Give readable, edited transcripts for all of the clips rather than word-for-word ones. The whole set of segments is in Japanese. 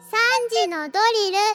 3時のド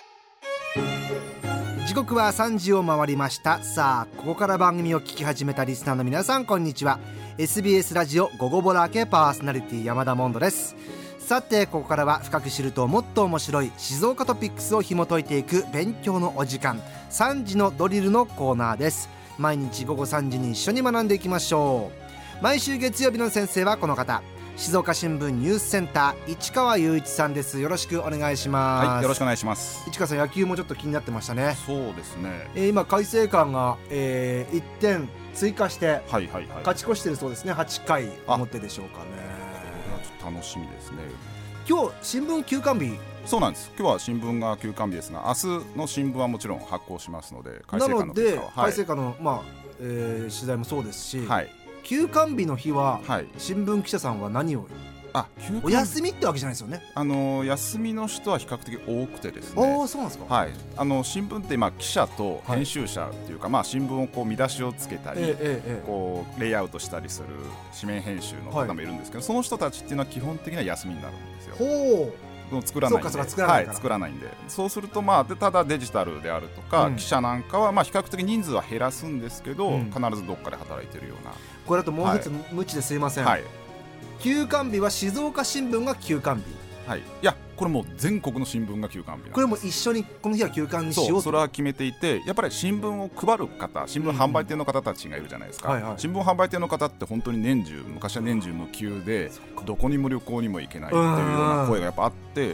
リル。 時刻は3時を回りました。さあ、ここから番組を聞き始めたリスナーの皆さん、こんにちは。 SBS ラジオ午後ボラ系パーソナリティ山田モンドです。さて、ここからは深く知るともっと面白い静岡トピックスを紐解いていく勉強のお時間、3時のドリルのコーナーです。毎日午後3時に一緒に学んでいきましょう。毎週月曜日の先生はこの方、静岡新聞ニュースセンター市川雄一さんです。よろしくお願いします。 はい、よろしくお願いします。 市川さん、野球もちょっと気になってましたね。 そうですね、 今海星館が、1点追加して、 はいはいはい、 勝ち越してるそうですね。8回表でしょうかね。 これはちょっと楽しみですね。 今日新聞休刊日。 そうなんです。今日は新聞が休刊日ですが、明日の新聞はもちろん発行しますので、海星館のなのでは海星館の、取材もそうですし、 はい、 休刊日の日は、 はい、 新聞記者さんは何を、 休刊お休みってわけじゃないですよね。 休みの人は比較的多くてですね。 あ、そうなんですか。 はい、新聞って記者と編集者っていうか、新聞をこう見出しをつけたり、こうレイアウトしたりする紙面編集の方もいるんですけど、その人たちっていうのは基本的には休みになるんですよ。 ほう。 作らないんで、作らないんで、そうすると、ただデジタルであるとか、記者なんかは比較的人数は減らすんですけど、必ずどっかで働いてるような。 これだともう一つ、無知ですいません、休刊日は静岡新聞が休刊日。 はい、いや、これもう全国の新聞が休刊日なんです。 これも一緒にこの日は休刊にしようと。 それは決めていて、やっぱり新聞を配る方、新聞販売店の方たちがいるじゃないですか、新聞販売店の方って本当に昔は年中無休で、どこにも旅行にも行けないっていうような声がやっぱあって、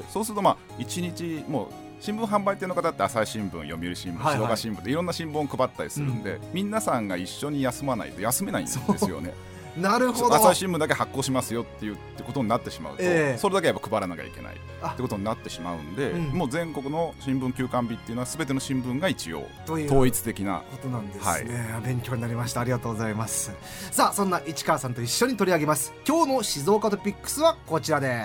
そうすると1日もう新聞販売店の方って朝日新聞、読売新聞、静岡新聞でいろんな新聞を配ったりするんで、皆さんが一緒に休まないと休めないんですよね。 なるほど。 朝日新聞だけ発行しますよってことになってしまうと、それだけやっぱ配らなきゃいけないってことになってしまうんで、もう全国の新聞休刊日っていうのは全ての新聞が一応統一的なことなんですね。勉強になりました。ありがとうございます。さあ、そんな市川さんと一緒に取り上げます。今日の静岡トピックスはこちらです。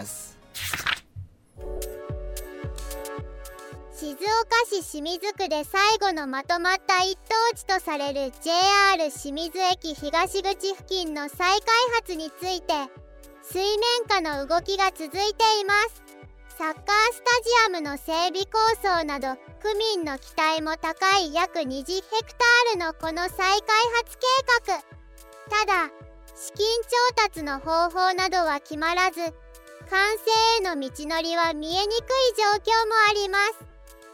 静岡市清水区で最後のまとまった一等地とされる JR 清水駅東口付近の再開発について水面下の動きが続いています。サッカースタジアムの整備構想など区民の期待も高い約20ヘクタールのこの再開発計画。ただ資金調達の方法などは決まらず、完成への道のりは見えにくい状況もあります。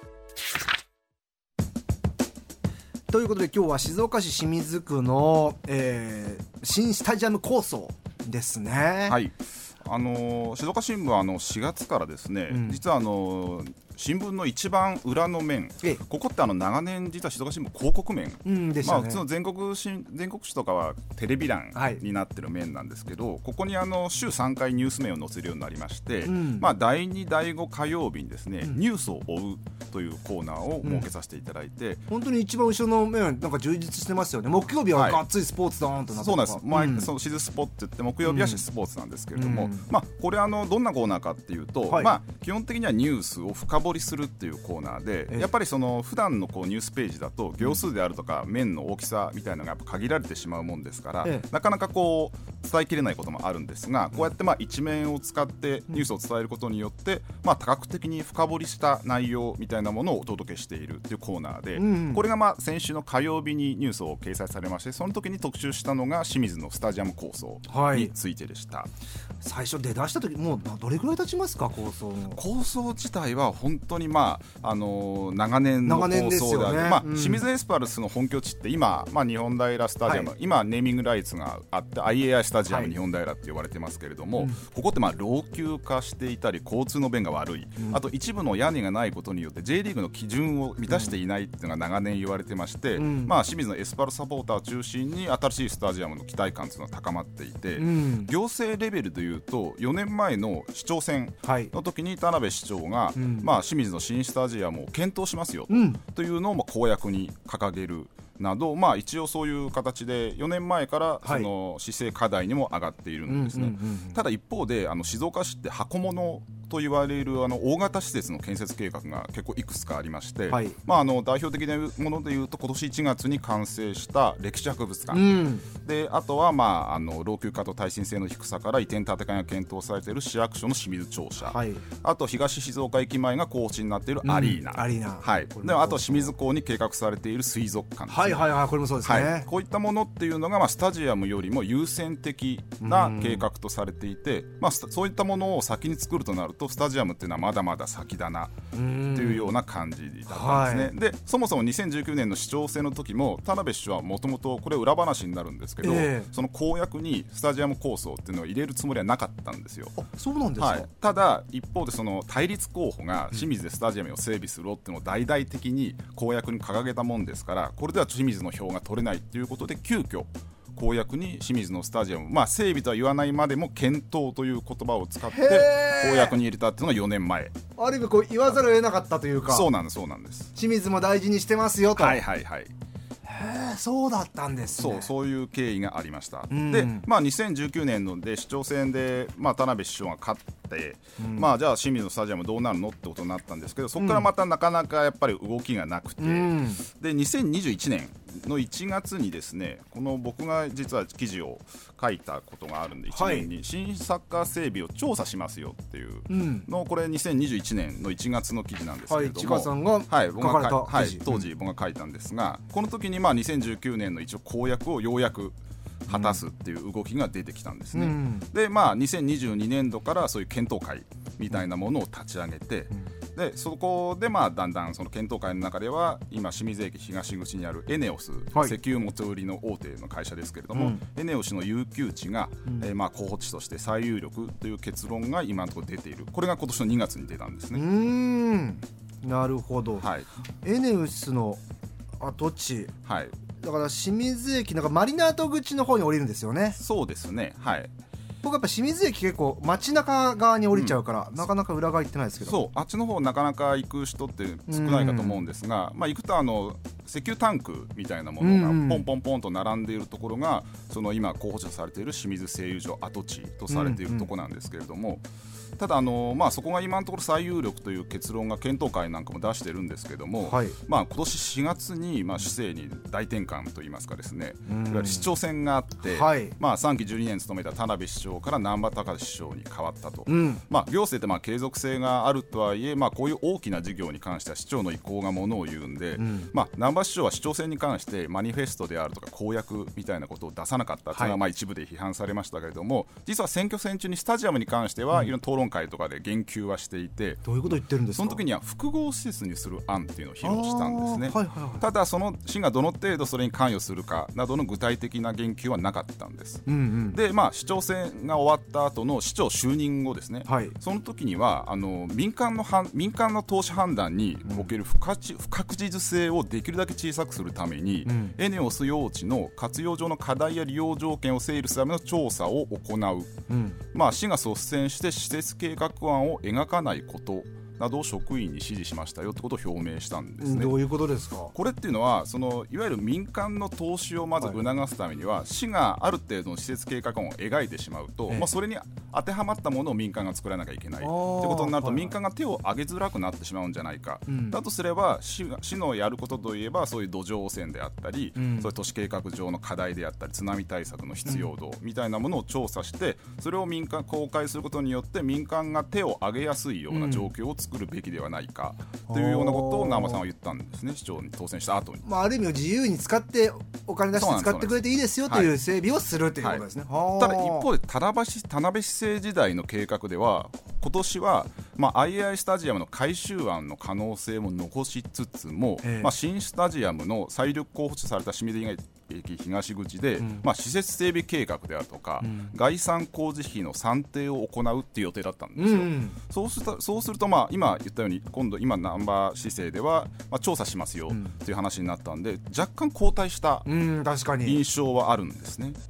ということで、今日は静岡市清水区の、新スタジアム構想ですね。 はい、静岡新聞は4月からですね、実は新聞の一番裏の面、ここって長年実は静岡新聞広告面、 でしたね。 普通の全国紙とかはテレビ欄になってる面なんですけど、ここに週3回ニュース面を載せるようになりまして、第2第5火曜日にですね、ニュースを追うというコーナーを設けさせていただいて、 本当に一番後ろの面はなんか充実してますよね。木曜日はがっつりスポーツだーんとなって、 そうなんです。そのシズスポって言って木曜日はスポーツなんですけれども、これどんなコーナーかっていうと、基本的にはニュースを深掘りするっていうコーナーで、やっぱりその普段のニュースページだと行数であるとか面の大きさみたいなのがやっぱ限られてしまうもんですから、なかなか伝えきれないこともあるんですが、こうやって一面を使ってニュースを伝えることによって、多角的に深掘りした内容みたいなものをお届けしているっていうコーナーで、これが先週の火曜日にニュースを掲載されまして、その時に特集したのが清水のスタジアム構想についてでした。 最初出だした時、もうどれぐらい経ちますか？構想自体は本当に長年の構想である、清水エスパルスの本拠地って今、日本平スタジアム、今ネーミングライツがあって IAI スタジアム日本平って呼ばれてますけれども、ここって老朽化していたり交通の便が悪い、あと一部の屋根がないことによって J リーグの基準を満たしていないっていうのが長年言われてまして、清水のエスパルスサポーターを中心に新しいスタジアムの期待感というのは高まっていて、行政レベルでいうと4年前の市長選の時に田辺市長が、清水の新スタジアムを検討しますよというのを公約に掲げるなど、一応そういう形で4年前からその市政課題にも上がっているんですね。ただ一方で静岡市って箱物と言われる大型施設の建設計画が結構いくつかありまして、 はい、 代表的なものでいうと今年1月に完成した歴史博物館、であとは、老朽化と耐震性の低さから移転建て替えが検討されている市役所の清水庁舎、はい、あと東静岡駅前が候補地になっているアリーナ、はい、であと清水港に計画されている水族館ですね、 これもそうですね、 はい、こういったものっていうのが、スタジアムよりも優先的な計画とされていて、そういったものを先に作るとなるとスタジアムっていうのはまだまだ先だなっていうような感じだったんですね、でそもそも2019年の市長選の時も田辺市長はもともとこれ裏話になるんですけど、その公約にスタジアム構想っていうのを入れるつもりはなかったんですよ。 そうなんですか、 ただ一方でその対立候補が清水でスタジアムを整備するっていうのを大々的に公約に掲げたもんですから、これでは清水の票が取れないということで急遽公約に清水のスタジアム、整備とは言わないまでも検討という言葉を使って公約に入れたっていうのが4年前。 ある意味言わざるを得なかったというか。 そうなんです清水も大事にしてますよと。 はい、 そうだったんですね。 そういう経緯がありました。で、2019年ので市長選で、田辺市長が勝って、じゃあ清水のスタジアムどうなるのってことになったんですけど、そこからまたなかなかやっぱり動きがなくて、で2021年の1月にですね、この僕が実は記事を書いたことがあるんで、1年に新サッカー整備を調査しますよっていうの、これ2021年の1月の記事なんですけれども、 千賀さんが書かれた記事、 当時僕が書いたんですが、この時に2019年の一応公約をようやく果たすっていう動きが出てきたんですね、で2022年度からそういう検討会みたいなものを立ち上げて、でそこでだんだんその検討会の中では今清水駅東口にあるエネオス、石油元売りの大手の会社ですけれども、エネオスの有給地が、候補地として最有力という結論が今のところ出ている。これが今年の2月に出たんですね。 なるほど、エネオスの跡地、だから清水駅なんかマリナート口の方に降りるんですよね。 そうですね、 僕やっぱ清水駅結構街中側に降りちゃうから、なかなか裏側行ってないですけど。 そう、あっちの方なかなか行く人って少ないかと思うんですが、行くと石油タンクみたいなものがポンポンポンと並んでいるところが、その今候補者されている清水製油所跡地とされているところなんですけれども、ただそこが今のところ最有力という結論が検討会なんかも出してるんですけども、今年4月に市政に大転換といいますかですね、いわゆる市長選があって、3期12年務めた田辺市長から難波隆市長に変わったと、行政って継続性があるとはいえ、こういう大きな事業に関しては市長の意向がものを言うんで、難波市長は市長選に関してマニフェストであるとか公約みたいなことを出さなかったというのは一部で批判されましたけれども、実は選挙戦中にスタジアムに関してはいろんな討論会とかで言及はしていて、 どういうこと言ってるんですか。 その時には複合施設にする案っていうのを披露したんですね。ただその市がどの程度それに関与するかなどの具体的な言及はなかったんです、で市長選が終わった後の市長就任後ですね、その時には民間の投資判断における不確実性をできるだけ小さくするために、エネオス用地の活用上の課題や利用条件を整理するための調査を行う、市が率先して施設計画案を描かないことなどを職員に指示しましたよってことを表明したんですね。 どういうことですか。 これっていうのはいわゆる民間の投資をまず促すためには、市がある程度の施設計画案を描いてしまうと、それに当てはまったものを民間が作らなきゃいけないということになると、民間が手を挙げづらくなってしまうんじゃないか、だとすれば市のやることといえばそういう土壌汚染であったり、そういう都市計画上の課題であったり津波対策の必要度みたいなものを調査して、それを公開することによって民間が手を挙げやすいような状況を作るべきではないかというようなことを南波さんは言ったんですね、市長に当選した後に。 ある意味自由に使ってお金出して使ってくれていいですよという整備をするということですね。 ただ一方で田辺市政時代の計画では今年は、IAI スタジアムの改修案の可能性も残しつつも、新スタジアムの最力候補地された清水駅東口で、施設整備計画であるとか、概算工事費の算定を行うっていう予定だったんですよ。そうすると今言ったように今難波市政では、調査しますよっていう話になったんで、若干後退した印象はあるんですね。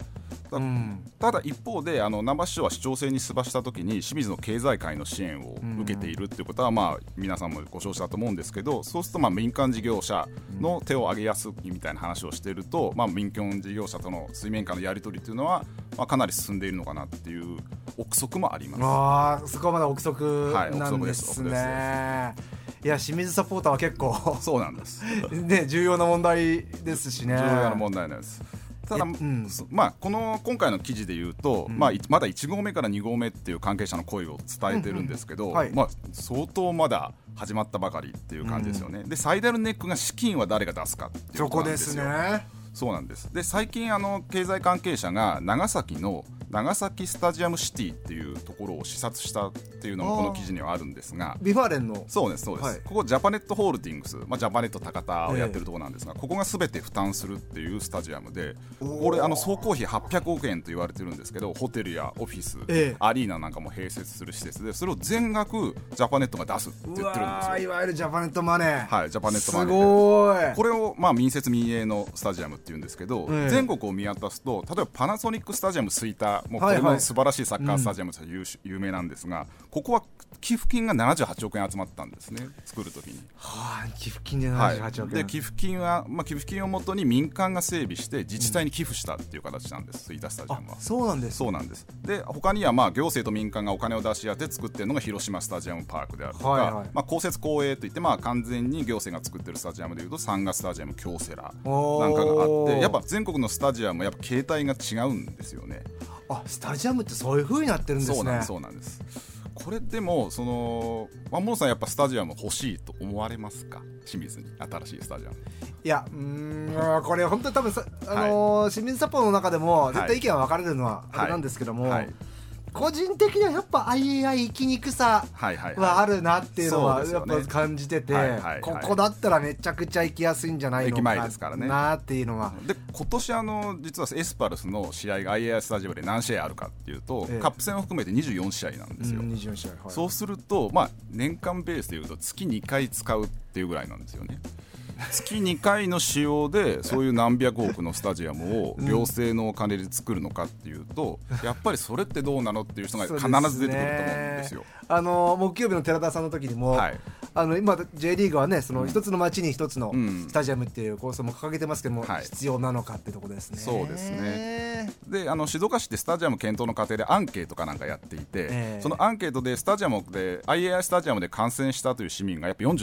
ただ一方で難波市長は市長選に出馬した時に清水の経済界の支援を受けているっていうことは、まあ、皆さんもご承知だと思うんですけど、そうするとまあ民間事業者の手を挙げやすいみたいな話をしていると、まあ、民間事業者との水面下のやり取りというのは、まあ、かなり進んでいるのかなっていう憶測もあります。 そこはまだ憶測なんですね。いや清水サポーターは結構そうなんですね、重要な問題ですしね。 重要な問題なんです。ただ、まあ、今回の記事でいうと、まあ、まだ1号目から2号目っていう関係者の声を伝えてるんですけど、まあ、相当まだ始まったばかりっていう感じですよね。で最大のネックが資金は誰が出すかっていうことなんですよ。 そこですね。 そうなんです。で最近経済関係者が長崎スタジアムシティっていうところを視察したっていうのもこの記事にはあるんですが、 ビファーレンのそうです、ここジャパネットホールディングス、まあ、ジャパネット高田をやってるところなんですが、ここが全て負担するっていうスタジアムで、これ総工費800億円と言われてるんですけど、ホテルやオフィス、アリーナなんかも併設する施設で、それを全額ジャパネットが出すって言ってるんですよ。 いわゆるジャパネットマネー。 はい、ジャパネットマネー。 すごい。 これをまあ民設民営のスタジアムっていうんですけど、全国を見渡すと、例えばパナソニックスタジアム吹田、もうこれも素晴らしいサッカースタジアムとして有名なんですが、ここは寄付金が78億円集まったんですね、作るときに。 寄付金で78億円、 で寄付金は、まあ、寄付金をもとに民間が整備して自治体に寄付したっていう形なんです、吹田スタジアムは。 そうなんです。 そうなんです。で他にはまあ行政と民間がお金を出し合って作っているのが広島スタジアムパークであるとか、まあ、公設公営といって、まあ完全に行政が作っているスタジアムでいうとサンガスタジアム京セラなんかがあって、やっぱ全国のスタジアムはやっぱ形態が違うんですよね。 スタジアムってそういう風になってるんですね。 そうなんです。これでもモノさんやっぱスタジアム欲しいと思われますか？清水に新しいスタジアム。 いやこれ本当に多分清水サポの中でも絶対意見は分かれるのはあれなんですけども、個人的にはやっぱ IAI 行きにくさはあるなっていうのはやっぱ感じてて、ここだったらめちゃくちゃ行きやすいんじゃないのかなっていうのは。 で今年実はエスパルスの試合が IAI スタジアムで何試合あるかっていうと、カップ戦を含めて24試合なんですよ。 24試合、 そうすると、まあ、年間ベースでいうと月2回使うっていうぐらいなんですよね。月2回の使用でそういう何百億のスタジアムを行政のお金で作るのかっていうと、やっぱりそれってどうなのっていう人が必ず出てくると思うんですよ。 木曜日の寺田さんの時にも、今 J リーグはね、その一つの町に一つのスタジアムっていう構想も掲げてますけども、必要なのかってとこですね。 そうですね。で静岡市ってスタジアム検討の過程でアンケートかなんかやっていて、そのアンケートでスタジアムで IAI スタジアムで観戦したという市民がやっぱ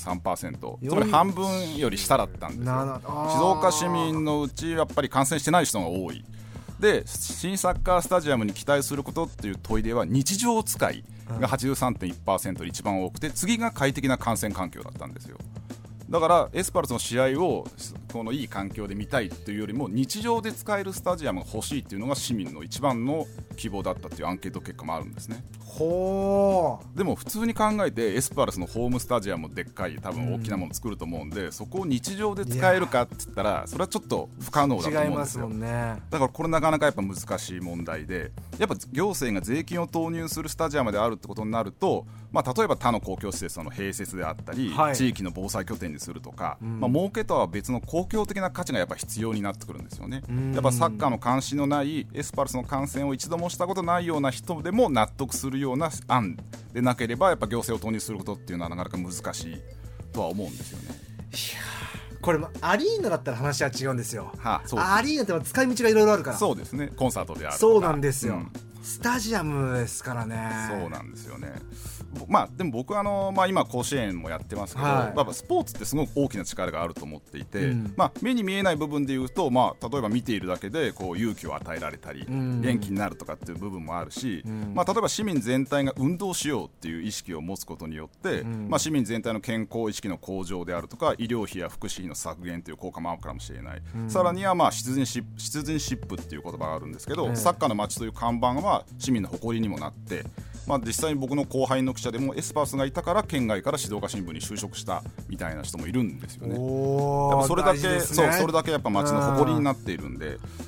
47.3%、 つまり半分より下だったんですよ。静岡市民のうちやっぱり観戦してない人が多い。で新サッカースタジアムに期待することっていう問いでは、日常使いが 83.1% で一番多くて、次が快適な観戦環境だったんですよ。だからエスパルスの試合をこのいい環境で見たいというよりも、日常で使えるスタジアムが欲しいっていうのが市民の一番の希望だったっていうアンケート結果もあるんですね。でも普通に考えてエスパルスのホームスタジアムでっかい多分大きなもの作ると思うんで、そこを日常で使えるかって言ったらそれはちょっと不可能だと思うんですよ。 違いますもんね。 だからこれなかなかやっぱ難しい問題で、やっぱ行政が税金を投入するスタジアムであるってことになると、まあ、例えば他の公共施設の併設であったり、地域の防災拠点にするとか、まあ、儲けとは別の公共的な価値がやっぱ必要になってくるんですよね。やっぱサッカーの関心のないエスパルスの観戦を一度もしたことないような人でも納得するような案でなければ、やっぱ行政を投入することっていうのはなかなか難しいとは思うんですよね。いやこれもアリーナだったら話は違うんですよ。 そうアリーナって使い道がいろいろあるから。 そうですね。コンサートであるとか。 そうなんですよ、スタジアムですからね。 そうなんですよね。まあ、でも僕はまあ、今甲子園もやってますけど、やっぱスポーツってすごく大きな力があると思っていて、まあ、目に見えない部分でいうと、まあ、例えば見ているだけでこう勇気を与えられたり、元気になるとかっていう部分もあるし、まあ、例えば市民全体が運動しようっていう意識を持つことによって、まあ、市民全体の健康意識の向上であるとか、医療費や福祉費の削減という効果もあるかもしれない。さらにはまあシティズンシップっていう言葉があるんですけど、サッカーの街という看板は市民の誇りにもなって、まあ、実際に僕の後輩の記者でもエスパルスがいたから県外から静岡新聞に就職したみたいな人もいるんですよね。やっぱそれだけ、それだけやっぱ街の誇りになっているんで、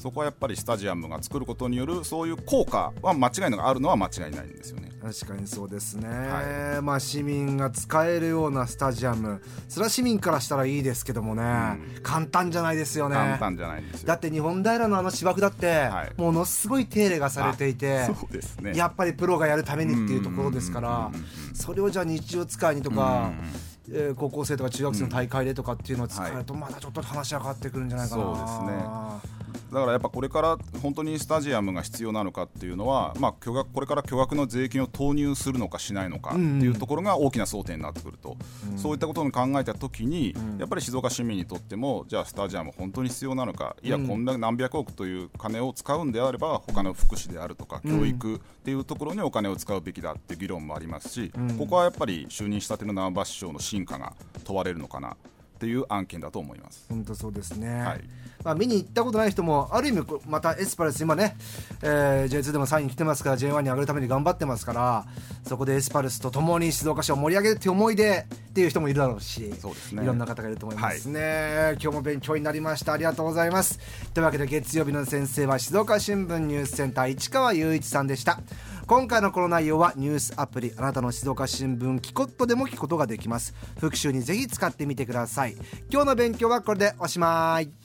そこはやっぱりスタジアムが作ることによるそういう効果は間違いなくあるのは間違いないんですよね。 確かにそうですね、まあ、市民が使えるようなスタジアム、それは市民からしたらいいですけどもね、簡単じゃないですよね。 簡単じゃないんですよ。 だって日本平の芝生だって、ものすごい手入れがされていて、 そうですね、 やっぱりプロがやるためにっていうところですから、それをじゃあ日常使いにとか、高校生とか中学生の大会でとかっていうのを使えるとまだちょっと話は変わってくるんじゃないかな。 そうですね。だからやっぱこれから本当にスタジアムが必要なのかっていうのは、まあ、これから巨額の税金を投入するのかしないのかっていうところが大きな争点になってくると、そういったことを考えたときに、やっぱり静岡市民にとってもじゃあスタジアム本当に必要なのか、いやこんな何百億という金を使うんであれば他の福祉であるとか教育っていうところにお金を使うべきだっていう議論もありますし、ここはやっぱり就任したての南波市長の真価が問われるのかなっていう案件だと思います。 本当そうですね、まあ、見に行ったことない人もある意味またエスパルス今ね、J2 でも3位に来てますから J1 に上がるために頑張ってますから、そこでエスパルスと共に静岡市を盛り上げるっていう思いでっていう人もいるだろうし、 そうですね、 いろんな方がいると思いますね、今日も勉強になりました。ありがとうございます。というわけで月曜日の先生は静岡新聞ニュースセンター市川雄一さんでした。今回のこの内容はニュースアプリあなたの静岡新聞キコットでも聞くことができます。復習にぜひ使ってみてください。今日の勉強はこれでおしまい。